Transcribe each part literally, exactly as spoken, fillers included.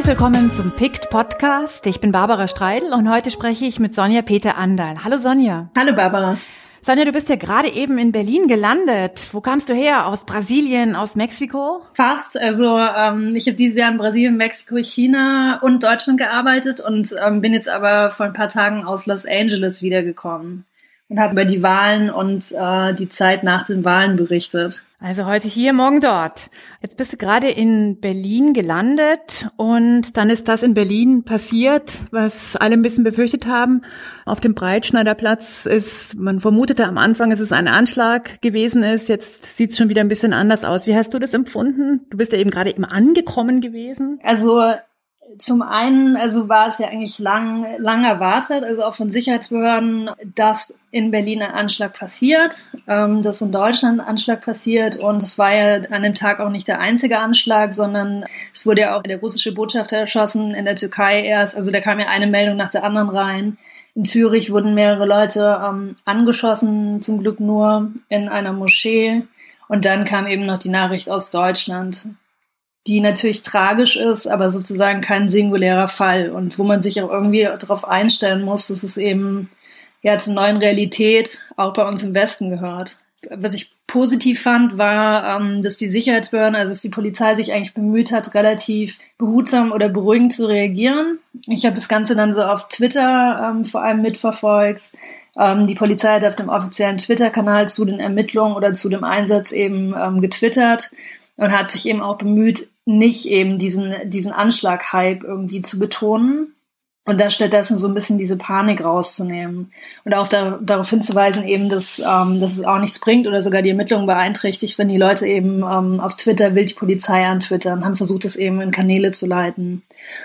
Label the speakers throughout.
Speaker 1: Herzlich willkommen zum P I C T-Podcast. Ich bin Barbara Streidel und heute spreche ich mit Sonja Peter-Anderl. Hallo Sonja.
Speaker 2: Hallo Barbara.
Speaker 1: Sonja, du bist ja gerade eben in Berlin gelandet. Wo kamst du her? Aus Brasilien, aus Mexiko?
Speaker 2: Fast. Also ähm, ich habe dieses Jahr in Brasilien, Mexiko, China und Deutschland gearbeitet und ähm, bin jetzt aber vor ein paar Tagen aus Los Angeles wiedergekommen und habe über die Wahlen und äh, die Zeit nach den Wahlen berichtet.
Speaker 1: Also heute hier, morgen dort. Jetzt bist du gerade in Berlin gelandet und dann ist das in Berlin passiert, was alle ein bisschen befürchtet haben. Auf dem Breitschneiderplatz ist, man vermutete am Anfang, dass es ein Anschlag gewesen ist. Jetzt sieht es schon wieder ein bisschen anders aus. Wie hast du das empfunden? Du bist ja eben gerade eben angekommen gewesen.
Speaker 2: Also zum einen, also war es ja eigentlich lang, lang erwartet, also auch von Sicherheitsbehörden, dass in Berlin ein Anschlag passiert, ähm, dass in Deutschland ein Anschlag passiert und es war ja an dem Tag auch nicht der einzige Anschlag, sondern es wurde ja auch der russische Botschafter erschossen, in der Türkei erst, also da kam ja eine Meldung nach der anderen rein. In Zürich wurden mehrere Leute ähm, angeschossen, zum Glück nur in einer Moschee und dann kam eben noch die Nachricht aus Deutschland, die natürlich tragisch ist, aber sozusagen kein singulärer Fall und wo man sich auch irgendwie darauf einstellen muss, dass es eben ja zur neuen Realität auch bei uns im Westen gehört. Was ich positiv fand, war, ähm, dass die Sicherheitsbehörden, also dass die Polizei sich eigentlich bemüht hat, relativ behutsam oder beruhigend zu reagieren. Ich habe das Ganze dann so auf Twitter ähm, vor allem mitverfolgt. Ähm, die Polizei hat auf dem offiziellen Twitter-Kanal zu den Ermittlungen oder zu dem Einsatz eben ähm, getwittert und hat sich eben auch bemüht, nicht eben diesen, diesen Anschlag-Hype irgendwie zu betonen und da stattdessen so ein bisschen diese Panik rauszunehmen und auch da, darauf hinzuweisen eben, dass, ähm, dass es auch nichts bringt oder sogar die Ermittlungen beeinträchtigt, wenn die Leute eben ähm, auf Twitter wild die Polizei antwittern, haben versucht, es eben in Kanäle zu leiten.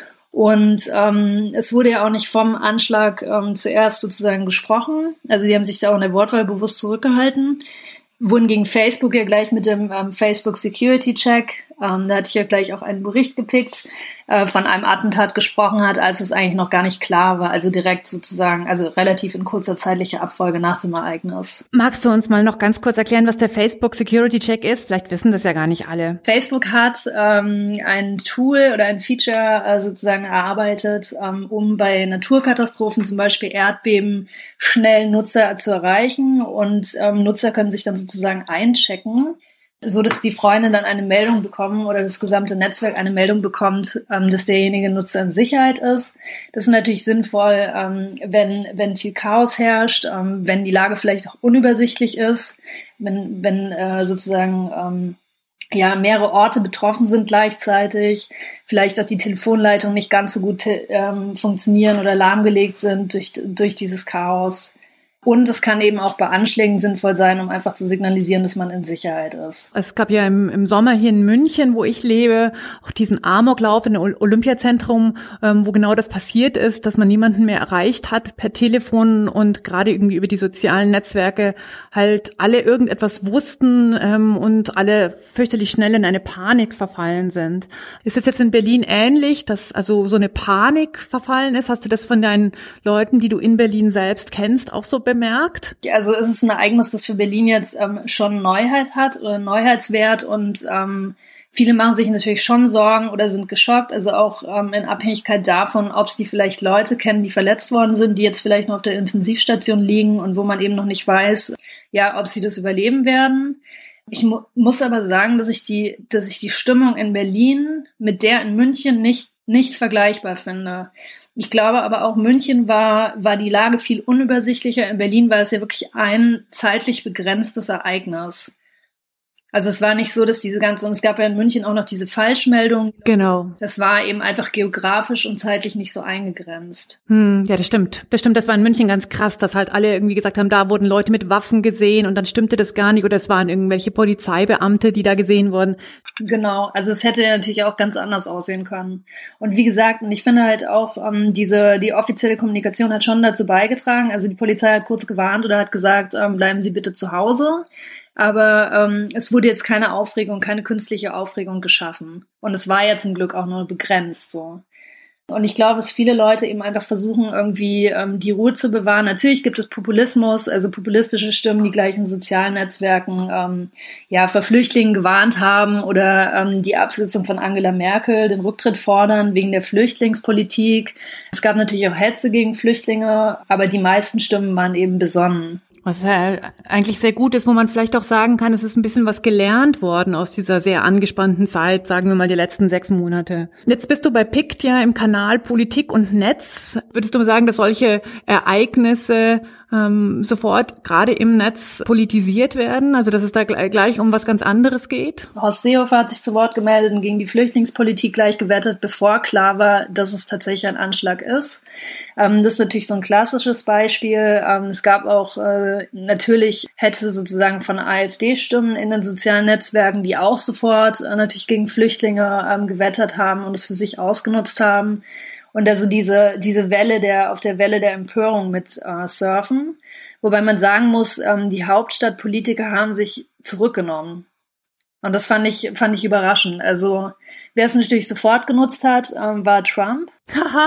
Speaker 2: Und ähm, es wurde ja auch nicht vom Anschlag ähm, zuerst sozusagen gesprochen, also die haben sich da auch in der Wortwahl bewusst zurückgehalten, wurden gegen Facebook ja gleich mit dem ähm, Facebook Security Check, ähm, da hatte ich ja gleich auch einen Bericht gepickt, äh, von einem Attentat gesprochen hat, als es eigentlich noch gar nicht klar war, also direkt sozusagen, also relativ in kurzer zeitlicher Abfolge nach dem Ereignis.
Speaker 1: Magst du uns mal noch ganz kurz erklären, was der Facebook Security Check ist? Vielleicht wissen das ja gar nicht alle.
Speaker 2: Facebook hat ähm, ein Tool oder ein Feature äh, sozusagen erarbeitet, ähm, um bei Naturkatastrophen, zum Beispiel Erdbeben, schnell Nutzer zu erreichen und ähm, Nutzer können sich dann sozusagen einchecken, so dass die Freunde dann eine Meldung bekommen oder das gesamte Netzwerk eine Meldung bekommt, ähm, dass derjenige Nutzer in Sicherheit ist. Das ist natürlich sinnvoll, ähm, wenn wenn viel Chaos herrscht, ähm, wenn die Lage vielleicht auch unübersichtlich ist, wenn wenn äh, sozusagen ähm, ja mehrere Orte betroffen sind gleichzeitig, vielleicht auch die Telefonleitungen nicht ganz so gut ähm, funktionieren oder lahmgelegt sind durch durch dieses Chaos. Und es kann eben auch bei Anschlägen sinnvoll sein, um einfach zu signalisieren, dass man in Sicherheit ist.
Speaker 1: Es gab ja im, im Sommer hier in München, wo ich lebe, auch diesen Amoklauf in dem Olympiazentrum, ähm, wo genau das passiert ist, dass man niemanden mehr erreicht hat per Telefon und gerade irgendwie über die sozialen Netzwerke halt alle irgendetwas wussten ähm, und alle fürchterlich schnell in eine Panik verfallen sind. Ist es jetzt in Berlin ähnlich, dass also so eine Panik verfallen ist? Hast du das von deinen Leuten, die du in Berlin selbst kennst, auch so bemerkt?
Speaker 2: Also es ist ein Ereignis, das für Berlin jetzt ähm, schon Neuheit hat oder Neuheitswert und ähm, viele machen sich natürlich schon Sorgen oder sind geschockt, also auch ähm, in Abhängigkeit davon, ob sie vielleicht Leute kennen, die verletzt worden sind, die jetzt vielleicht noch auf der Intensivstation liegen und wo man eben noch nicht weiß, ja, ob sie das überleben werden. Ich mu- muss aber sagen, dass ich die, dass ich die Stimmung in Berlin mit der in München nicht, nicht vergleichbar finde. Ich glaube aber auch, München war, war die Lage viel unübersichtlicher. In Berlin war es ja wirklich ein zeitlich begrenztes Ereignis. Also es war nicht so, dass diese ganze, und es gab ja in München auch noch diese Falschmeldung.
Speaker 1: Genau.
Speaker 2: Das war eben einfach geografisch und zeitlich nicht so eingegrenzt.
Speaker 1: Hm, ja, das stimmt. Das stimmt, das war in München ganz krass, dass halt alle irgendwie gesagt haben, da wurden Leute mit Waffen gesehen und dann stimmte das gar nicht oder es waren irgendwelche Polizeibeamte, die da gesehen wurden.
Speaker 2: Genau, also es hätte natürlich auch ganz anders aussehen können. Und wie gesagt, und ich finde halt auch, ähm, diese, die offizielle Kommunikation hat schon dazu beigetragen. Also die Polizei hat kurz gewarnt oder hat gesagt, ähm, bleiben Sie bitte zu Hause. Aber ähm, es wurde jetzt keine Aufregung, keine künstliche Aufregung geschaffen. Und es war ja zum Glück auch nur begrenzt so. Und ich glaube, dass viele Leute eben einfach versuchen, irgendwie ähm, die Ruhe zu bewahren. Natürlich gibt es Populismus, also populistische Stimmen, die gleich in sozialen Netzwerken ähm, ja vor Flüchtlingen gewarnt haben oder ähm, die Absetzung von Angela Merkel, den Rücktritt fordern wegen der Flüchtlingspolitik. Es gab natürlich auch Hetze gegen Flüchtlinge, aber die meisten Stimmen waren eben besonnen.
Speaker 1: Was ja eigentlich sehr gut ist, wo man vielleicht auch sagen kann, es ist ein bisschen was gelernt worden aus dieser sehr angespannten Zeit, sagen wir mal die letzten sechs Monate. Jetzt bist du bei P I C T ja im Kanal Politik und Netz. Würdest du sagen, dass solche Ereignisse ähm, sofort gerade im Netz politisiert werden? Also dass es da gleich um was ganz anderes geht?
Speaker 2: Horst Seehofer hat sich zu Wort gemeldet und gegen die Flüchtlingspolitik gleich gewettet, bevor klar war, dass es tatsächlich ein Anschlag ist. Ähm, das ist natürlich so ein klassisches Beispiel. Ähm, es gab auch äh, natürlich Hetze sozusagen von AfD-Stimmen in den sozialen Netzwerken, die auch sofort äh, natürlich gegen Flüchtlinge ähm, gewettert haben und es für sich ausgenutzt haben. Und also diese diese Welle der auf der Welle der Empörung mit äh, surfen, wobei man sagen muss, ähm, die Hauptstadtpolitiker haben sich zurückgenommen. Und das fand ich fand ich überraschend. Also wer es natürlich sofort genutzt hat, ähm, war Trump.
Speaker 1: Haha,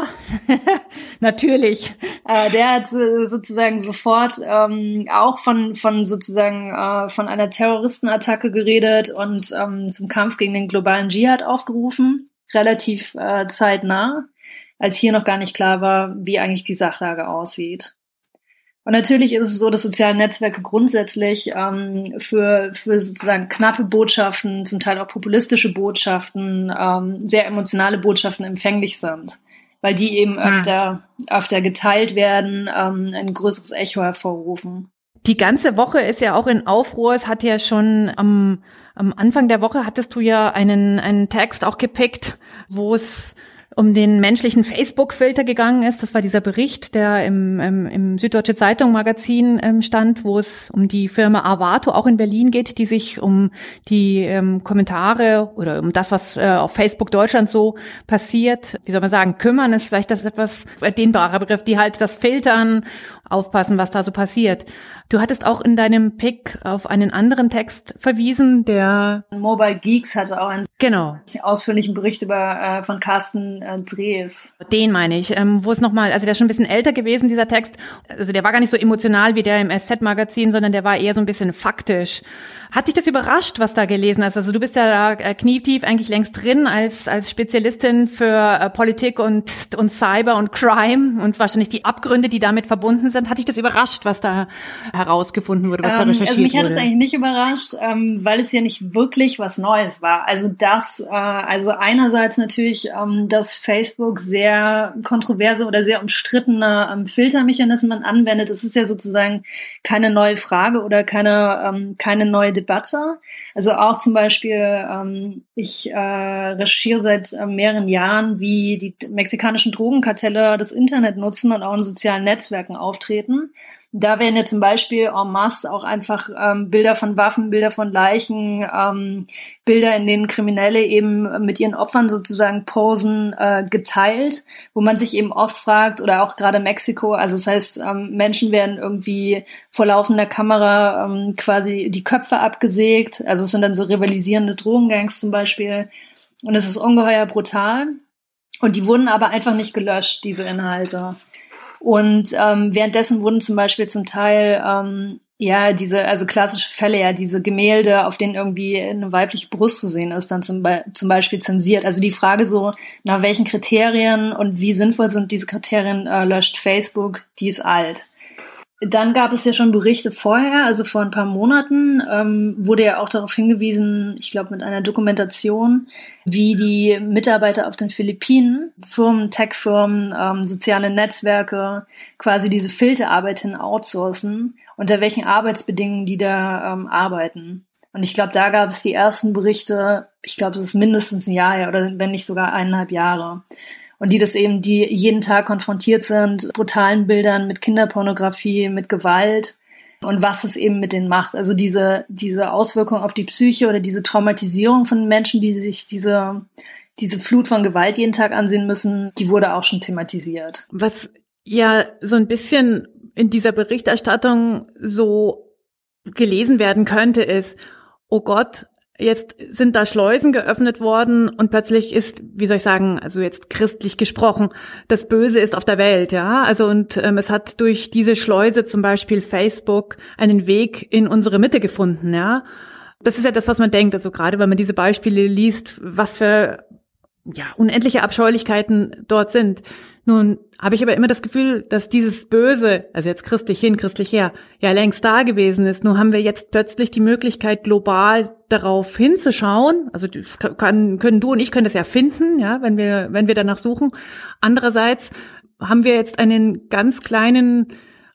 Speaker 1: natürlich.
Speaker 2: Äh, der hat äh, sozusagen sofort ähm, auch von von sozusagen äh, von einer Terroristenattacke geredet und ähm, zum Kampf gegen den globalen Dschihad aufgerufen, relativ äh, zeitnah, als hier noch gar nicht klar war, wie eigentlich die Sachlage aussieht. Und natürlich ist es so, dass soziale Netzwerke grundsätzlich ähm, für für sozusagen knappe Botschaften, zum Teil auch populistische Botschaften, ähm, sehr emotionale Botschaften empfänglich sind, weil die eben öfter öfter geteilt werden, ähm, ein größeres Echo hervorrufen.
Speaker 1: Die ganze Woche ist ja auch in Aufruhr. Es hat ja schon am, am Anfang der Woche hattest du ja einen einen Text auch gepickt, wo es um den menschlichen Facebook-Filter gegangen ist. Das war dieser Bericht, der im, im, im Süddeutsche Zeitung Magazin ähm, stand, wo es um die Firma Arvato auch in Berlin geht, die sich um die ähm, Kommentare oder um das, was äh, auf Facebook Deutschland so passiert, wie soll man sagen, kümmern ist vielleicht das etwas dehnbarer Begriff, die halt das filtern, aufpassen, was da so passiert. Du hattest auch in deinem Pick auf einen anderen Text verwiesen, der
Speaker 2: Mobile Geeks hatte auch einen
Speaker 1: genau.
Speaker 2: ausführlichen Bericht über äh, von Carsten äh, Drees.
Speaker 1: Den meine ich, ähm, wo es nochmal, also der ist schon ein bisschen älter gewesen, dieser Text. Also der war gar nicht so emotional wie der im S Z-Magazin, sondern der war eher so ein bisschen faktisch. Hat dich das überrascht, was da gelesen hast? Also du bist ja da äh, knietief eigentlich längst drin als als Spezialistin für äh, Politik und und Cyber und Crime und wahrscheinlich die Abgründe, die damit verbunden sind. Hat dich das überrascht, was da herausgefunden wurde, was ähm, da recherchiert wurde?
Speaker 2: Also mich hat
Speaker 1: wurde?
Speaker 2: es eigentlich nicht überrascht, ähm, weil es ja nicht wirklich was Neues war. Also das, äh, also einerseits natürlich, ähm, dass Facebook sehr kontroverse oder sehr umstrittene ähm, Filtermechanismen anwendet. Das ist ja sozusagen keine neue Frage oder keine ähm, keine neue Debatte. Also auch zum Beispiel, ähm, ich äh, recherchiere seit äh, mehreren Jahren, wie die mexikanischen Drogenkartelle das Internet nutzen und auch in sozialen Netzwerken auftreten. Da werden ja zum Beispiel en masse auch einfach ähm, Bilder von Waffen, Bilder von Leichen, ähm, Bilder, in denen Kriminelle eben mit ihren Opfern sozusagen posen, äh, geteilt, wo man sich eben oft fragt, oder auch gerade Mexiko, also das heißt, ähm, Menschen werden irgendwie vor laufender Kamera ähm, quasi die Köpfe abgesägt, also es sind dann so rivalisierende Drogengangs zum Beispiel, und es ist ungeheuer brutal, und die wurden aber einfach nicht gelöscht, diese Inhalte. Und ähm, währenddessen wurden zum Beispiel zum Teil ähm, ja diese, also klassische Fälle, ja diese Gemälde, auf denen irgendwie eine weibliche Brust zu sehen ist, dann zum, Be- zum Beispiel zensiert. Also die Frage so, nach welchen Kriterien und wie sinnvoll sind diese Kriterien, äh, löscht Facebook, die ist alt. Dann gab es ja schon Berichte vorher, also vor ein paar Monaten ähm, wurde ja auch darauf hingewiesen, ich glaube mit einer Dokumentation, wie die Mitarbeiter auf den Philippinen, Firmen, Tech-Firmen, ähm, soziale Netzwerke quasi diese Filterarbeit hin outsourcen, unter welchen Arbeitsbedingungen die da ähm, arbeiten. Und ich glaube, da gab es die ersten Berichte, ich glaube, es ist mindestens ein Jahr her oder wenn nicht sogar eineinhalb Jahre. Und die das eben, die jeden Tag konfrontiert sind, brutalen Bildern mit Kinderpornografie, mit Gewalt und was es eben mit denen macht. Also diese, diese Auswirkung auf die Psyche oder diese Traumatisierung von Menschen, die sich diese, diese Flut von Gewalt jeden Tag ansehen müssen, die wurde auch schon thematisiert.
Speaker 1: Was ja so ein bisschen in dieser Berichterstattung so gelesen werden könnte, ist, oh Gott, jetzt sind da Schleusen geöffnet worden und plötzlich ist, wie soll ich sagen, also jetzt christlich gesprochen, das Böse ist auf der Welt, ja. Also und ähm, es hat durch diese Schleuse zum Beispiel Facebook einen Weg in unsere Mitte gefunden, ja. Das ist ja das, was man denkt. Also gerade wenn man diese Beispiele liest, was für ja unendliche Abscheulichkeiten dort sind. Nun habe ich aber immer das Gefühl, dass dieses Böse, also jetzt christlich hin, christlich her, ja längst da gewesen ist. Nur haben wir jetzt plötzlich die Möglichkeit, global darauf hinzuschauen. Also das kann, können du und ich können das ja finden, ja, wenn wir, wenn wir danach suchen. Andererseits haben wir jetzt einen ganz kleinen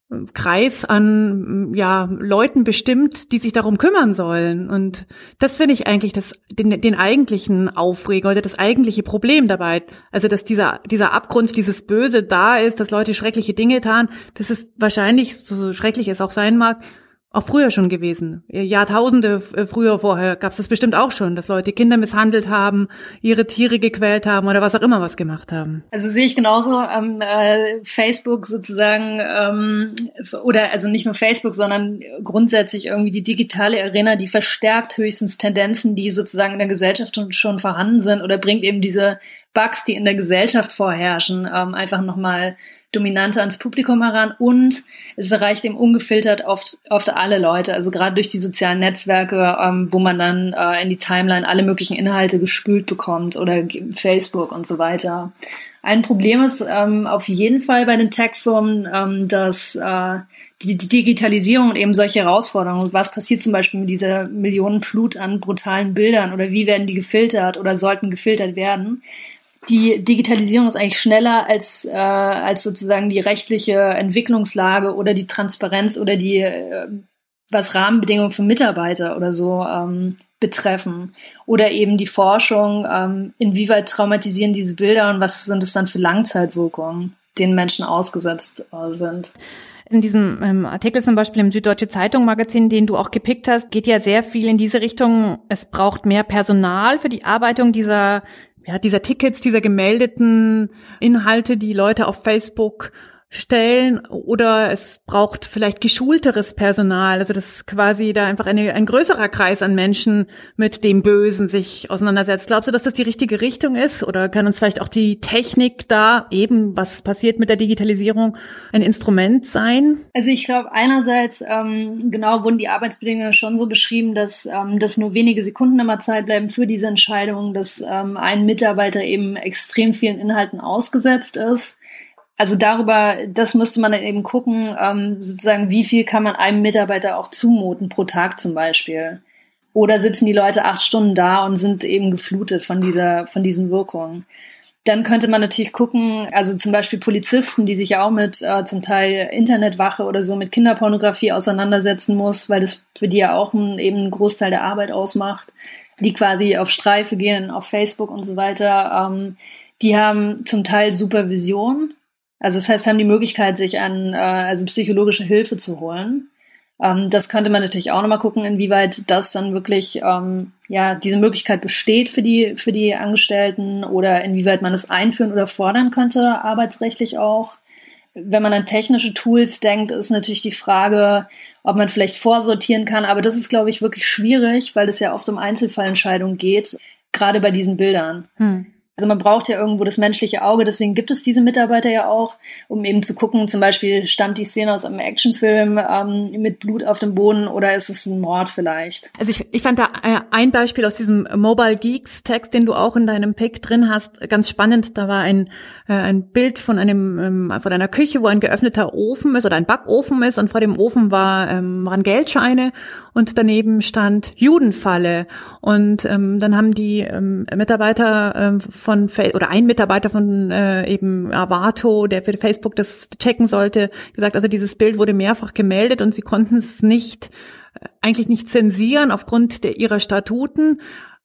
Speaker 1: Kreis an ja Leuten bestimmt, die sich darum kümmern sollen. Und das finde ich eigentlich das, den, den eigentlichen Aufreger oder das eigentliche Problem dabei. Also dass dieser dieser Abgrund, dieses Böse da ist, dass Leute schreckliche Dinge tun, das ist wahrscheinlich, so schrecklich es auch sein mag, auch früher schon gewesen. Jahrtausende früher vorher gab es das bestimmt auch schon, dass Leute Kinder misshandelt haben, ihre Tiere gequält haben oder was auch immer was gemacht haben.
Speaker 2: Also sehe ich genauso. Ähm, äh, Facebook sozusagen, ähm, oder also nicht nur Facebook, sondern grundsätzlich irgendwie die digitale Arena, die verstärkt höchstens Tendenzen, die sozusagen in der Gesellschaft schon, schon vorhanden sind, oder bringt eben diese Bugs, die in der Gesellschaft vorherrschen, ähm, einfach nochmal dominanter ans Publikum heran, und es erreicht eben ungefiltert oft, oft alle Leute, also gerade durch die sozialen Netzwerke, ähm, wo man dann äh, in die Timeline alle möglichen Inhalte gespült bekommt, oder Facebook und so weiter. Ein Problem ist ähm, auf jeden Fall bei den Tech-Firmen, ähm, dass äh, die, die Digitalisierung und eben solche Herausforderungen, was passiert zum Beispiel mit dieser Millionenflut an brutalen Bildern, oder wie werden die gefiltert oder sollten gefiltert werden. Die Digitalisierung ist eigentlich schneller als äh, als sozusagen die rechtliche Entwicklungslage oder die Transparenz oder die äh, was Rahmenbedingungen für Mitarbeiter oder so ähm, betreffen, oder eben die Forschung, ähm, inwieweit traumatisieren diese Bilder und was sind es dann für Langzeitwirkungen, denen Menschen ausgesetzt äh, sind.
Speaker 1: In diesem ähm, Artikel zum Beispiel im Süddeutsche Zeitung Magazin, den du auch gepickt hast, geht ja sehr viel in diese Richtung. Es braucht mehr Personal für die Arbeitung dieser ja, dieser Tickets, dieser gemeldeten Inhalte, die Leute auf Facebook stellen, oder es braucht vielleicht geschulteres Personal, also dass quasi da einfach eine, ein größerer Kreis an Menschen mit dem Bösen sich auseinandersetzt. Glaubst du, dass das die richtige Richtung ist, oder kann uns vielleicht auch die Technik da eben, was passiert mit der Digitalisierung, ein Instrument sein?
Speaker 2: Also ich glaube, einerseits ähm, genau wurden die Arbeitsbedingungen schon so beschrieben, dass, ähm, dass nur wenige Sekunden immer Zeit bleiben für diese Entscheidung, dass ähm, ein Mitarbeiter eben extrem vielen Inhalten ausgesetzt ist. Also darüber, das müsste man dann eben gucken, ähm, sozusagen, wie viel kann man einem Mitarbeiter auch zumuten pro Tag zum Beispiel. Oder sitzen die Leute acht Stunden da und sind eben geflutet von dieser, von diesen Wirkungen. Dann könnte man natürlich gucken, also zum Beispiel Polizisten, die sich ja auch mit äh, zum Teil Internetwache oder so mit Kinderpornografie auseinandersetzen muss, weil das für die ja auch ein, eben einen Großteil der Arbeit ausmacht, die quasi auf Streife gehen, auf Facebook und so weiter. Ähm, die haben zum Teil Supervision. Also das heißt, haben die Möglichkeit, sich an äh, also psychologische Hilfe zu holen. Ähm, das könnte man natürlich auch nochmal gucken, inwieweit das dann wirklich ähm, ja diese Möglichkeit besteht für die für die Angestellten, oder inwieweit man es einführen oder fordern könnte, arbeitsrechtlich auch. Wenn man an technische Tools denkt, ist natürlich die Frage, ob man vielleicht vorsortieren kann. Aber das ist, glaube ich, wirklich schwierig, weil es ja oft um Einzelfallentscheidungen geht, gerade bei diesen Bildern. Hm. Also man braucht ja irgendwo das menschliche Auge, deswegen gibt es diese Mitarbeiter ja auch, um eben zu gucken, zum Beispiel stammt die Szene aus einem Actionfilm ähm, mit Blut auf dem Boden, oder ist es ein Mord vielleicht? Also ich, ich fand da äh, ein Beispiel aus diesem Mobile Geeks Text, den du auch in deinem Pick drin hast, ganz spannend. Da war ein äh, ein Bild von einem ähm, von einer Küche, wo ein geöffneter Ofen ist oder ein Backofen ist, und vor dem Ofen war ähm, waren Geldscheine und daneben stand Judenfalle. Und ähm, dann haben die ähm, Mitarbeiter ähm, von oder ein Mitarbeiter von äh, eben Avato, der für Facebook das checken sollte, gesagt, also dieses Bild wurde mehrfach gemeldet und sie konnten es nicht, äh, eigentlich nicht zensieren aufgrund der, ihrer Statuten,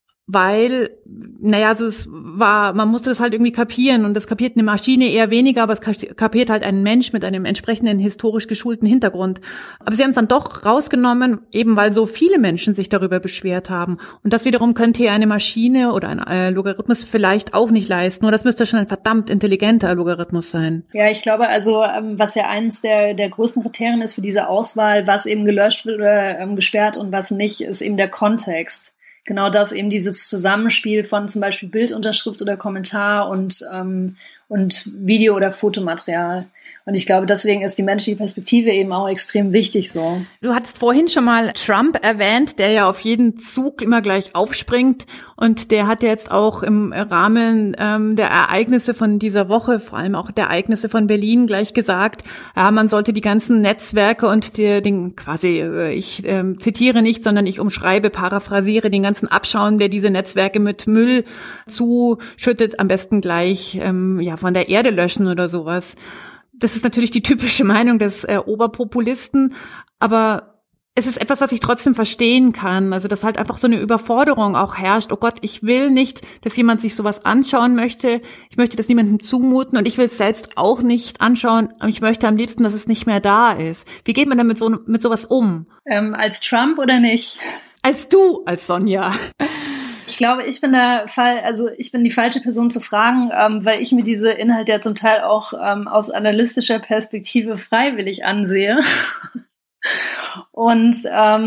Speaker 2: weil, naja, also es war, man musste das halt irgendwie kapieren, und das kapiert eine Maschine eher weniger, aber es kapiert halt ein Mensch mit einem entsprechenden historisch geschulten Hintergrund. Aber sie haben es dann doch rausgenommen, eben weil so viele Menschen sich darüber beschwert haben. Und das wiederum könnte ja eine Maschine oder ein äh, Logarithmus vielleicht auch nicht leisten. Nur das müsste schon ein verdammt intelligenter Logarithmus sein. Ja, ich glaube also, ähm, was ja eines der, der größten Kriterien ist für diese Auswahl, was eben gelöscht wird oder ähm, gesperrt und was nicht, ist eben der Kontext. genau das eben dieses Zusammenspiel von zum Beispiel Bildunterschrift oder Kommentar und, ähm, und Video- oder Fotomaterial. Und ich glaube, deswegen ist die menschliche Perspektive eben auch extrem wichtig so.
Speaker 1: Du hattest vorhin schon mal Trump erwähnt, der ja auf jeden Zug immer gleich aufspringt. Und der hat ja jetzt auch im Rahmen ähm, der Ereignisse von dieser Woche, vor allem auch der Ereignisse von Berlin, gleich gesagt, ja, man sollte die ganzen Netzwerke und die, den quasi, ich ähm, zitiere nicht, sondern ich umschreibe, paraphrasiere, den ganzen Abschaum, der diese Netzwerke mit Müll zuschüttet, am besten gleich ähm, ja von der Erde löschen oder sowas. Das ist natürlich die typische Meinung des äh, Oberpopulisten, aber es ist etwas, was ich trotzdem verstehen kann. Also, dass halt einfach so eine Überforderung auch herrscht. Oh Gott, ich will nicht, dass jemand sich sowas anschauen möchte. Ich möchte das niemandem zumuten und ich will es selbst auch nicht anschauen. Aber ich möchte am liebsten, dass es nicht mehr da ist. Wie geht man damit so mit sowas um?
Speaker 2: Ähm, als Trump oder nicht?
Speaker 1: Als du, als Sonja.
Speaker 2: Ich glaube, ich bin der Fall, also ich bin die falsche Person zu fragen, ähm, weil ich mir diese Inhalte ja zum Teil auch ähm, aus analytischer Perspektive freiwillig ansehe. Und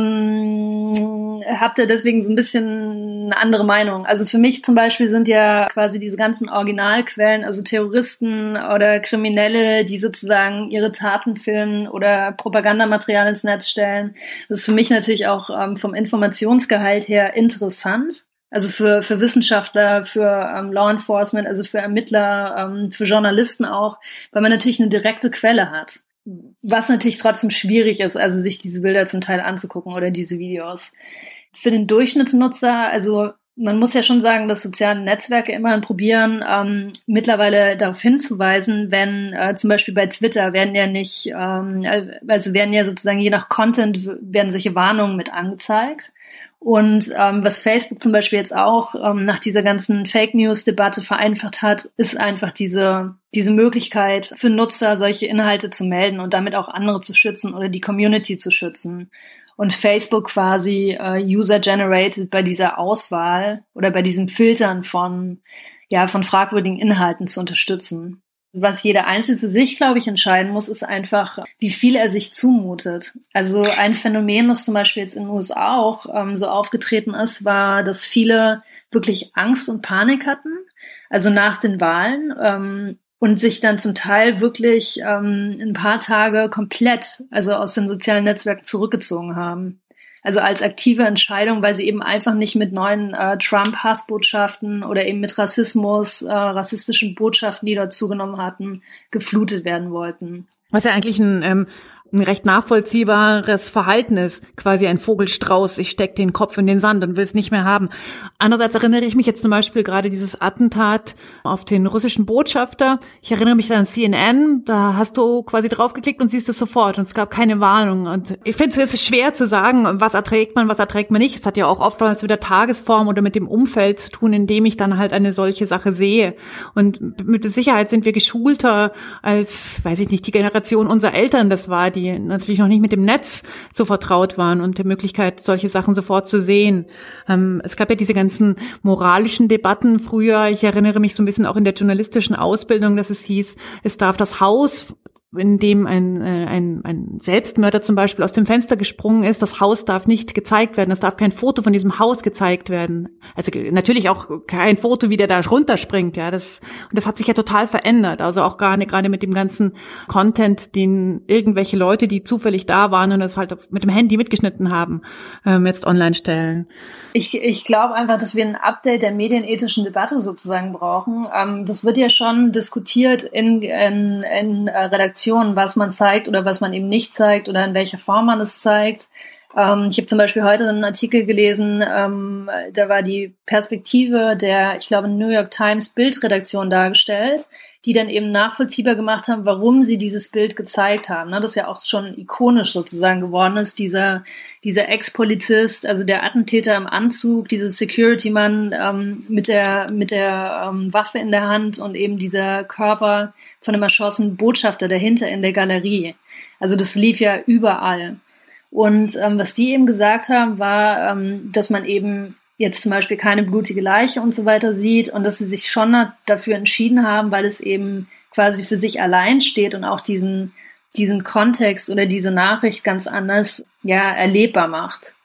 Speaker 2: ähm, habe da deswegen so ein bisschen eine andere Meinung. Also für mich zum Beispiel sind ja quasi diese ganzen Originalquellen, also Terroristen oder Kriminelle, die sozusagen ihre Taten filmen oder Propagandamaterial ins Netz stellen. Das ist für mich natürlich auch ähm, vom Informationsgehalt her interessant. Also für für Wissenschaftler, für ähm, Law Enforcement, also für Ermittler, ähm, für Journalisten auch, weil man natürlich eine direkte Quelle hat. Was natürlich trotzdem schwierig ist, also sich diese Bilder zum Teil anzugucken oder diese Videos. Für den Durchschnittsnutzer, also man muss ja schon sagen, dass soziale Netzwerke immerhin probieren, ähm, mittlerweile darauf hinzuweisen, wenn äh, zum Beispiel bei Twitter werden ja nicht, ähm, also werden ja sozusagen je nach Content werden solche Warnungen mit angezeigt. Und ähm, was Facebook zum Beispiel jetzt auch ähm, nach dieser ganzen Fake-News-Debatte vereinfacht hat, ist einfach diese diese Möglichkeit für Nutzer, solche Inhalte zu melden und damit auch andere zu schützen oder die Community zu schützen. Und Facebook quasi äh, user-generated bei dieser Auswahl oder bei diesem Filtern von ja von fragwürdigen Inhalten zu unterstützen. Was jeder Einzelne für sich, glaube ich, entscheiden muss, ist einfach, wie viel er sich zumutet. Also ein Phänomen, das zum Beispiel jetzt in den U S A auch ähm, so aufgetreten ist, war, dass viele wirklich Angst und Panik hatten, also nach den Wahlen, ähm, und sich dann zum Teil wirklich ähm, ein paar Tage komplett, also aus den sozialen Netzwerken zurückgezogen haben. Also als aktive Entscheidung, weil sie eben einfach nicht mit neuen äh, Trump-Hassbotschaften oder eben mit Rassismus, äh, rassistischen Botschaften, die dort zugenommen hatten, geflutet werden wollten.
Speaker 1: Was ja eigentlich ein, ähm, ein recht nachvollziehbares Verhalten ist. Quasi ein Vogelstrauß, ich steck den Kopf in den Sand und will es nicht mehr haben. Andererseits erinnere ich mich jetzt zum Beispiel gerade dieses Attentat auf den russischen Botschafter. Ich erinnere mich an C N N, da hast du quasi draufgeklickt und siehst es sofort und es gab keine Warnung. Und ich finde, es ist schwer zu sagen, was erträgt man, was erträgt man nicht. Es hat ja auch oftmals mit der Tagesform oder mit dem Umfeld zu tun, in dem ich dann halt eine solche Sache sehe. Und mit Sicherheit sind wir geschulter als, weiß ich nicht, die Generation unserer Eltern das war, die natürlich noch nicht mit dem Netz so vertraut waren und der Möglichkeit, solche Sachen sofort zu sehen. Ähm, es gab ja diese ganzen moralischen Debatten früher. Ich erinnere mich so ein bisschen auch in der journalistischen Ausbildung, dass es hieß, es darf das Haus, in dem ein, ein, ein Selbstmörder zum Beispiel aus dem Fenster gesprungen ist, das Haus darf nicht gezeigt werden, es darf kein Foto von diesem Haus gezeigt werden. Also natürlich auch kein Foto, wie der da runterspringt, ja, das, und das hat sich ja total verändert, also auch gar nicht, gerade mit dem ganzen Content, den irgendwelche Leute, die zufällig da waren und das halt mit dem Handy mitgeschnitten haben, ähm, jetzt online stellen.
Speaker 2: Ich, ich glaube einfach, dass wir ein Update der medienethischen Debatte sozusagen brauchen. Ähm, das wird ja schon diskutiert in, in, in äh, Redaktionen, was man zeigt oder was man eben nicht zeigt oder in welcher Form man es zeigt. Ähm, ich habe zum Beispiel heute einen Artikel gelesen, ähm, da war die Perspektive der, ich glaube, New York Times Bildredaktion dargestellt, die dann eben nachvollziehbar gemacht haben, warum sie dieses Bild gezeigt haben. Ne, das ja auch schon ikonisch sozusagen geworden ist, dieser, dieser Ex-Polizist, also der Attentäter im Anzug, dieser Security-Mann ähm, mit der, mit der ähm, Waffe in der Hand und eben dieser Körper von einem erschossenen Botschafter dahinter in der Galerie. Also das lief ja überall. Und ähm, was die eben gesagt haben, war, ähm, dass man eben jetzt zum Beispiel keine blutige Leiche und so weiter sieht und dass sie sich schon dafür entschieden haben, weil es eben quasi für sich allein steht und auch diesen, diesen Kontext oder diese Nachricht ganz anders ja erlebbar macht.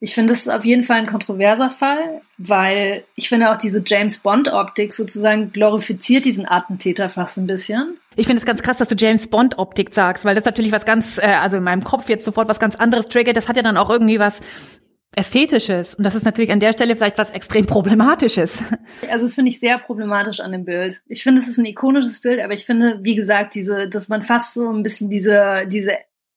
Speaker 2: Ich finde, das ist auf jeden Fall ein kontroverser Fall, weil ich finde auch diese James-Bond-Optik sozusagen glorifiziert diesen Attentäter fast ein bisschen.
Speaker 1: Ich finde es ganz krass, dass du James-Bond-Optik sagst, weil das natürlich was ganz, äh, also in meinem Kopf jetzt sofort was ganz anderes triggert. Das hat ja dann auch irgendwie was Ästhetisches. Und das ist natürlich an der Stelle vielleicht was extrem Problematisches.
Speaker 2: Also das finde ich sehr problematisch an dem Bild. Ich finde, es ist ein ikonisches Bild, aber ich finde, wie gesagt, diese, dass man fast so ein bisschen diese, diese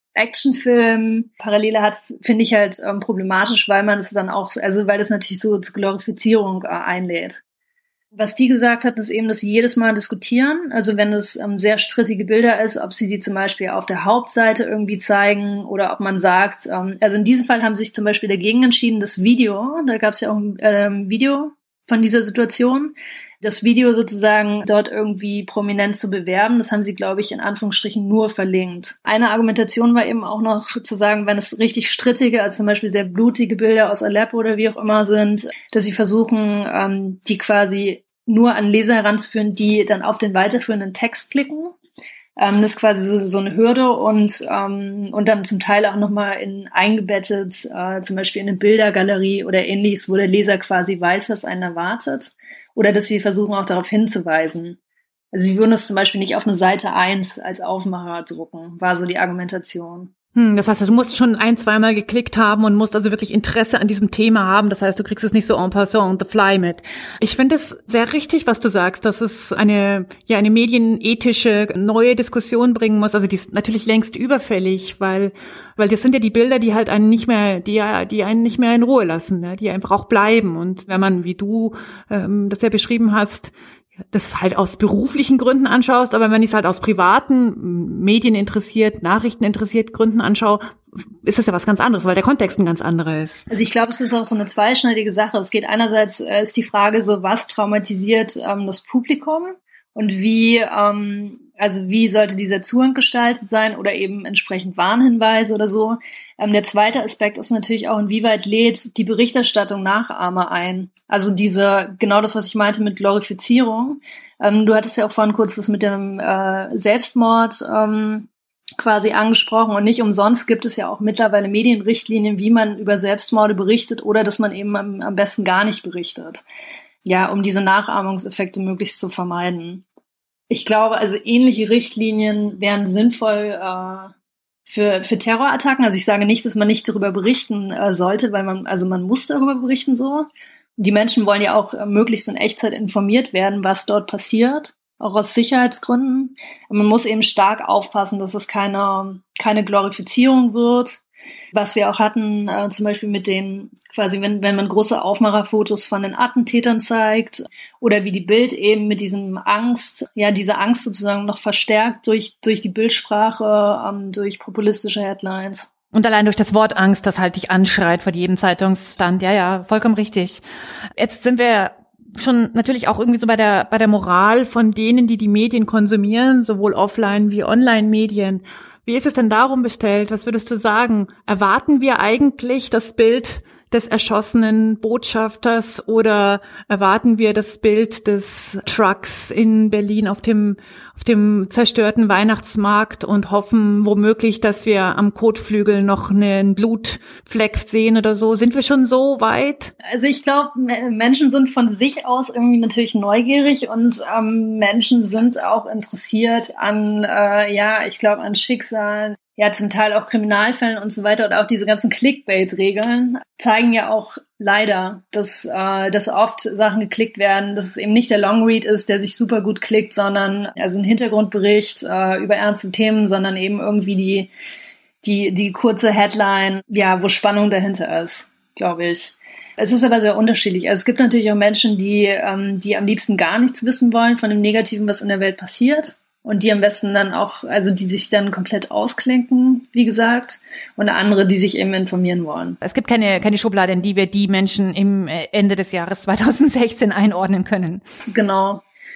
Speaker 2: Actionfilm-Parallele hat, finde ich halt ähm, problematisch, weil man es dann auch, also weil das natürlich so zur Glorifizierung äh, einlädt. Was die gesagt hat, ist eben, dass sie jedes Mal diskutieren, also wenn es ähm, sehr strittige Bilder ist, ob sie die zum Beispiel auf der Hauptseite irgendwie zeigen oder ob man sagt, ähm, also in diesem Fall haben sie sich zum Beispiel dagegen entschieden, das Video, da gab es ja auch ein ähm, Video von dieser Situation, das Video sozusagen dort irgendwie prominent zu bewerben. Das haben sie, glaube ich, in Anführungsstrichen nur verlinkt. Eine Argumentation war eben auch noch zu sagen, wenn es richtig strittige, also zum Beispiel sehr blutige Bilder aus Aleppo oder wie auch immer sind, dass sie versuchen, ähm, die quasi nur an Leser heranzuführen, die dann auf den weiterführenden Text klicken. Ähm, das ist quasi so, so eine Hürde und ähm, und dann zum Teil auch nochmal in eingebettet, äh, zum Beispiel in eine Bildergalerie oder ähnliches, wo der Leser quasi weiß, was einen erwartet. Oder dass sie versuchen auch darauf hinzuweisen. Also sie würden es zum Beispiel nicht auf eine Seite eins als Aufmacher drucken, war so die Argumentation.
Speaker 1: Hm, das heißt, du musst schon ein-, zweimal geklickt haben und musst also wirklich Interesse an diesem Thema haben. Das heißt, du kriegst es nicht so en passant on the fly mit. Ich finde es sehr richtig, was du sagst, dass es eine, ja, eine medienethische neue Diskussion bringen muss. Also die ist natürlich längst überfällig, weil, weil das sind ja die Bilder, die halt einen nicht mehr, die ja, die einen nicht mehr in Ruhe lassen, ne? Die einfach auch bleiben. Und wenn man, wie du ähm, das ja beschrieben hast, das halt aus beruflichen Gründen anschaust, aber wenn ich es halt aus privaten, Medien interessiert, Nachrichten interessiert Gründen anschaue, ist das ja was ganz anderes, weil der Kontext ein ganz anderer ist.
Speaker 2: Also ich glaube, es ist auch so eine zweischneidige Sache. Es geht einerseits, äh, ist die Frage so, was traumatisiert ähm, das Publikum und wie, ähm, also wie sollte dieser Zugang gestaltet sein oder eben entsprechend Warnhinweise oder so. Ähm, der zweite Aspekt ist natürlich auch, inwieweit lädt die Berichterstattung Nachahmer ein. Also diese, genau das, was ich meinte mit Glorifizierung. Ähm, du hattest ja auch vorhin kurz das mit dem äh, Selbstmord ähm, quasi angesprochen und nicht umsonst gibt es ja auch mittlerweile Medienrichtlinien, wie man über Selbstmorde berichtet oder dass man eben am, am besten gar nicht berichtet. Ja, um diese Nachahmungseffekte möglichst zu vermeiden. Ich glaube, also ähnliche Richtlinien wären sinnvoll äh, für für Terrorattacken. Also ich sage nicht, dass man nicht darüber berichten äh, sollte, weil man, also man muss darüber berichten so. Die Menschen wollen ja auch äh, möglichst in Echtzeit informiert werden, was dort passiert, auch aus Sicherheitsgründen. Und man muss eben stark aufpassen, dass es keine keine Glorifizierung wird. Was wir auch hatten, äh, zum Beispiel mit den, quasi wenn wenn man große Aufmacherfotos von den Attentätern zeigt oder wie die Bild eben mit diesem Angst, ja diese Angst sozusagen noch verstärkt durch durch die Bildsprache, ähm, durch populistische Headlines.
Speaker 1: Und allein durch das Wort Angst, das halt dich anschreit vor jedem Zeitungsstand. Ja, ja, vollkommen richtig. Jetzt sind wir schon natürlich auch irgendwie so bei der bei der Moral von denen, die die Medien konsumieren, sowohl Offline- wie Online-Medien. Wie ist es denn darum bestellt? Was würdest du sagen? Erwarten wir eigentlich das Bild des erschossenen Botschafters oder erwarten wir das Bild des Trucks in Berlin auf dem auf dem zerstörten Weihnachtsmarkt und hoffen womöglich, dass wir am Kotflügel noch einen Blutfleck sehen oder so? Sind wir schon so weit?
Speaker 2: Also ich glaube, Menschen sind von sich aus irgendwie natürlich neugierig und ähm, Menschen sind auch interessiert an, äh, ja, ich glaube an Schicksalen. Ja, zum Teil auch Kriminalfällen und so weiter oder auch diese ganzen Clickbait-Regeln zeigen ja auch leider, dass, äh, dass oft Sachen geklickt werden, dass es eben nicht der Longread ist, der sich super gut klickt, sondern also ein Hintergrundbericht äh, über ernste Themen, sondern eben irgendwie die, die, die kurze Headline, ja, wo Spannung dahinter ist, glaube ich. Es ist aber sehr unterschiedlich. Also es gibt natürlich auch Menschen, die, ähm, die am liebsten gar nichts wissen wollen von dem Negativen, was in der Welt passiert. Und die am besten dann auch, also die sich dann komplett ausklinken, wie gesagt, und andere, die sich eben informieren wollen.
Speaker 1: Es gibt keine keine Schublade, in die wir die Menschen im Ende des Jahres zweitausendsechzehn einordnen können.
Speaker 2: Genau.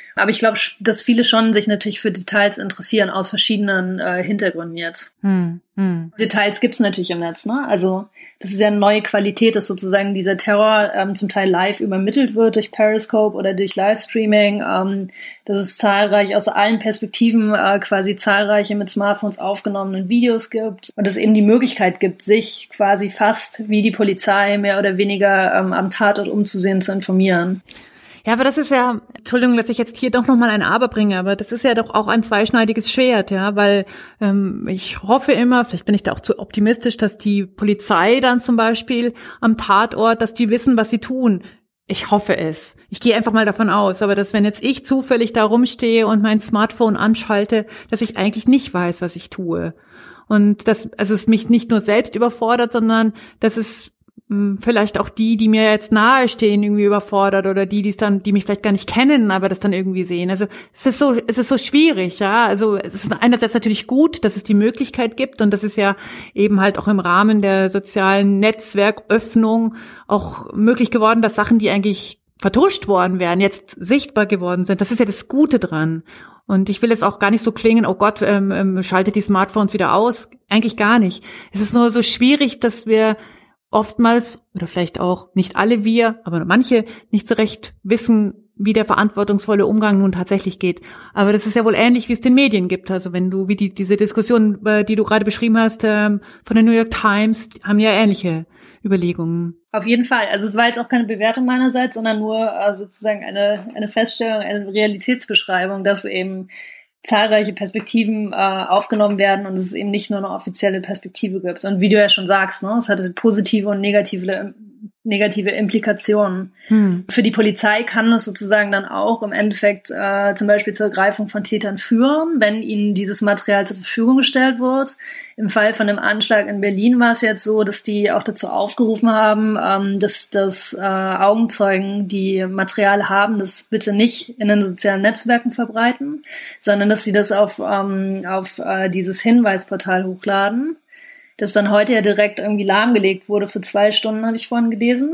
Speaker 2: Aber ich glaube, dass viele schon sich natürlich für Details interessieren aus verschiedenen äh, Hintergründen jetzt. Hm, hm. Details gibt's natürlich im Netz, ne? Also das ist ja eine neue Qualität, dass sozusagen dieser Terror ähm, zum Teil live übermittelt wird durch Periscope oder durch Livestreaming, ähm, dass es zahlreich aus allen Perspektiven äh, quasi zahlreiche mit Smartphones aufgenommenen Videos gibt und es eben die Möglichkeit gibt, sich quasi fast wie die Polizei mehr oder weniger ähm, am Tatort umzusehen, zu informieren.
Speaker 1: Ja, aber das ist ja, Entschuldigung, dass ich jetzt hier doch nochmal ein Aber bringe, aber das ist ja doch auch ein zweischneidiges Schwert, ja, weil ähm, ich hoffe immer, vielleicht bin ich da auch zu optimistisch, dass die Polizei dann zum Beispiel am Tatort, dass die wissen, was sie tun. Ich hoffe es. Ich gehe einfach mal davon aus, aber dass wenn jetzt ich zufällig da rumstehe und mein Smartphone anschalte, dass ich eigentlich nicht weiß, was ich tue. Und dass also es mich nicht nur selbst überfordert, sondern dass es vielleicht auch die, die mir jetzt nahe stehen, irgendwie überfordert oder die, die es dann, die mich vielleicht gar nicht kennen, aber das dann irgendwie sehen. Also es ist so, es ist so schwierig, ja. Also es ist einerseits natürlich gut, dass es die Möglichkeit gibt und das ist ja eben halt auch im Rahmen der sozialen Netzwerköffnung auch möglich geworden, dass Sachen, die eigentlich vertuscht worden wären, jetzt sichtbar geworden sind. Das ist ja das Gute dran. Und ich will jetzt auch gar nicht so klingen, oh Gott, ähm, ähm, schaltet die Smartphones wieder aus. Eigentlich gar nicht. Es ist nur so schwierig, dass wir oftmals, oder vielleicht auch nicht alle wir, aber manche nicht so recht wissen, wie der verantwortungsvolle Umgang nun tatsächlich geht. Aber das ist ja wohl ähnlich, wie es den Medien gibt. Also wenn du, wie die, diese Diskussion, die du gerade beschrieben hast, ähm, von der New York Times, haben ja ähnliche Überlegungen.
Speaker 2: Auf jeden Fall. Also es war jetzt auch keine Bewertung meinerseits, sondern nur äh, sozusagen eine, eine Feststellung, eine Realitätsbeschreibung, dass eben zahlreiche Perspektiven äh, aufgenommen werden und es eben nicht nur eine offizielle Perspektive gibt. Und wie du ja schon sagst, ne, es hatte positive und negative negative Implikationen. Hm. Für die Polizei kann es sozusagen dann auch im Endeffekt äh, zum Beispiel zur Ergreifung von Tätern führen, wenn ihnen dieses Material zur Verfügung gestellt wird. Im Fall von dem Anschlag in Berlin war es jetzt so, dass die auch dazu aufgerufen haben, ähm, dass, dass äh, Augenzeugen, die Material haben, das bitte nicht in den sozialen Netzwerken verbreiten, sondern dass sie das auf, ähm, auf äh, dieses Hinweisportal hochladen. Das dann heute ja direkt irgendwie lahmgelegt wurde für zwei Stunden, habe ich vorhin gelesen.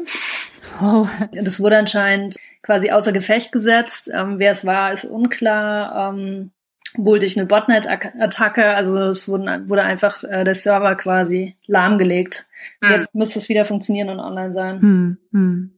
Speaker 2: Oh. Das wurde anscheinend quasi außer Gefecht gesetzt. Ähm, wer es war, ist unklar. Ähm, wohl durch eine Botnet-Attacke. Also es wurden, wurde einfach äh, der Server quasi lahmgelegt. Mhm. Jetzt müsste es wieder funktionieren und online sein.
Speaker 1: Hm, hm.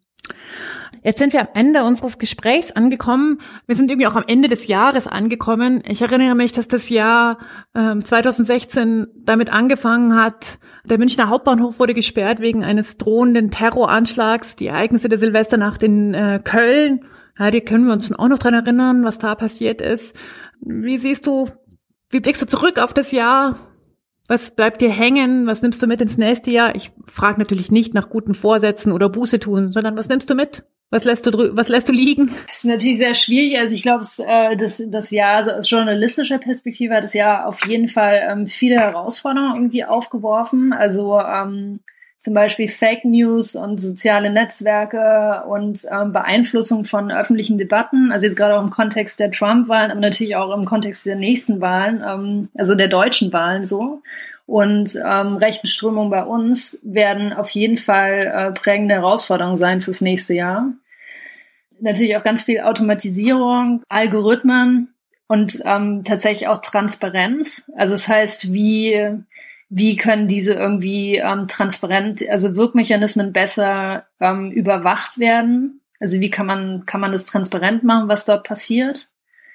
Speaker 1: Jetzt sind wir am Ende unseres Gesprächs angekommen. Wir sind irgendwie auch am Ende des Jahres angekommen. Ich erinnere mich, dass das Jahr ähm, zwanzig sechzehn damit angefangen hat. Der Münchner Hauptbahnhof wurde gesperrt wegen eines drohenden Terroranschlags. Die Ereignisse der Silvesternacht in äh, Köln, ja, die können wir uns schon auch noch dran erinnern, was da passiert ist. Wie siehst du, wie blickst du zurück auf das Jahr? Was bleibt dir hängen? Was nimmst du mit ins nächste Jahr? Ich frage natürlich nicht nach guten Vorsätzen oder Buße tun, sondern was nimmst du mit? Was lässt du drü- was lässt du liegen?
Speaker 2: Das ist natürlich sehr schwierig. Also ich glaube, äh, das, das Jahr, also aus journalistischer Perspektive hat das Jahr auf jeden Fall ähm, viele Herausforderungen irgendwie aufgeworfen. Also ähm, zum Beispiel Fake News und soziale Netzwerke und ähm, Beeinflussung von öffentlichen Debatten. Also jetzt gerade auch im Kontext der Trump-Wahlen, aber natürlich auch im Kontext der nächsten Wahlen, ähm, also der deutschen Wahlen so. Und ähm, rechten Strömungen bei uns werden auf jeden Fall äh, prägende Herausforderungen sein fürs nächste Jahr. Natürlich auch ganz viel Automatisierung, Algorithmen und ähm, tatsächlich auch Transparenz. Also das heißt, wie wie können diese irgendwie ähm, transparent, also Wirkmechanismen besser ähm, überwacht werden? Also wie kann man kann man das transparent machen, was dort passiert?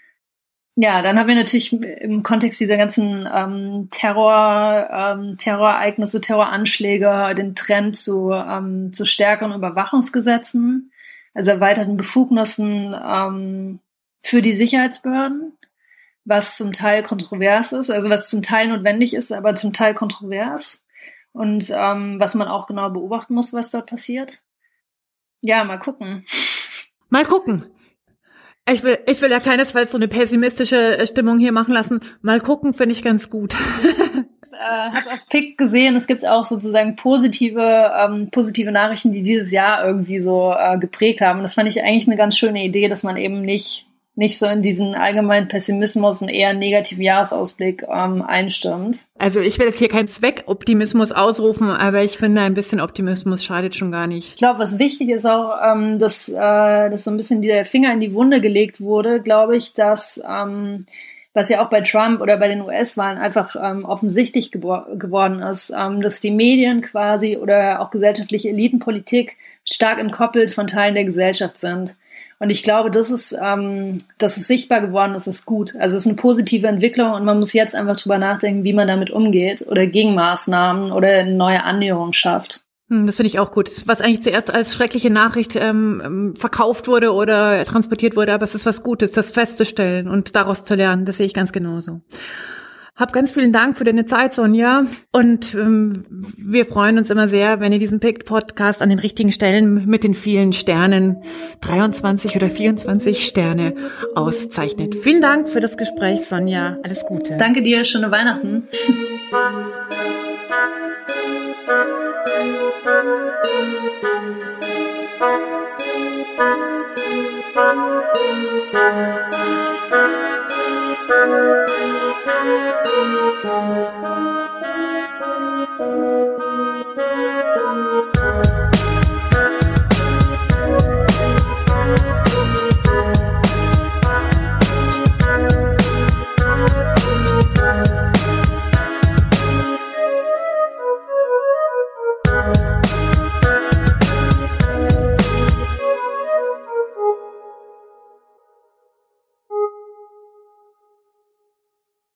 Speaker 2: Ja, dann haben wir natürlich im Kontext dieser ganzen ähm, Terror, ähm, Terrorereignisse, Terroranschläge den Trend zu, ähm, zu stärkeren Überwachungsgesetzen, also erweiterten Befugnissen ähm, für die Sicherheitsbehörden, was zum Teil kontrovers ist, also was zum Teil notwendig ist, aber zum Teil kontrovers und ähm, was man auch genau beobachten muss, was dort passiert. Ja, mal gucken.
Speaker 1: Mal gucken. Ich will, ich will ja keinesfalls so eine pessimistische Stimmung hier machen lassen. Mal gucken, finde ich ganz gut.
Speaker 2: äh, habe auf Pick gesehen, es gibt auch sozusagen positive, ähm, positive Nachrichten, die dieses Jahr irgendwie so äh, geprägt haben. Das fand ich eigentlich eine ganz schöne Idee, dass man eben nicht nicht so in diesen allgemeinen Pessimismus und eher negativen Jahresausblick ähm, einstimmt.
Speaker 1: Also ich will jetzt hier keinen Zweckoptimismus ausrufen, aber ich finde, ein bisschen Optimismus schadet schon gar nicht.
Speaker 2: Ich glaube, was wichtig ist auch, ähm, dass, äh, dass so ein bisschen der Finger in die Wunde gelegt wurde, glaube ich, dass, ähm, was ja auch bei Trump oder bei den U S-Wahlen einfach ähm, offensichtlich gebor- geworden ist, ähm, dass die Medien quasi oder auch gesellschaftliche Elitenpolitik stark entkoppelt von Teilen der Gesellschaft sind. Und ich glaube, das ist, ähm, das ist sichtbar geworden, das ist gut. Also es ist eine positive Entwicklung und man muss jetzt einfach drüber nachdenken, wie man damit umgeht oder Gegenmaßnahmen oder eine neue Annäherung schafft.
Speaker 1: Das finde ich auch gut. Was eigentlich zuerst als schreckliche Nachricht ähm, verkauft wurde oder transportiert wurde, aber es ist was Gutes, das festzustellen und daraus zu lernen. Das sehe ich ganz genauso. Hab ganz vielen Dank für deine Zeit, Sonja. Und ähm, wir freuen uns immer sehr, wenn ihr diesen Podcast an den richtigen Stellen mit den vielen Sternen, dreiundzwanzig oder vierundzwanzig Sterne, auszeichnet. Vielen Dank für das Gespräch, Sonja. Alles Gute.
Speaker 2: Danke dir, schöne Weihnachten. Thank you.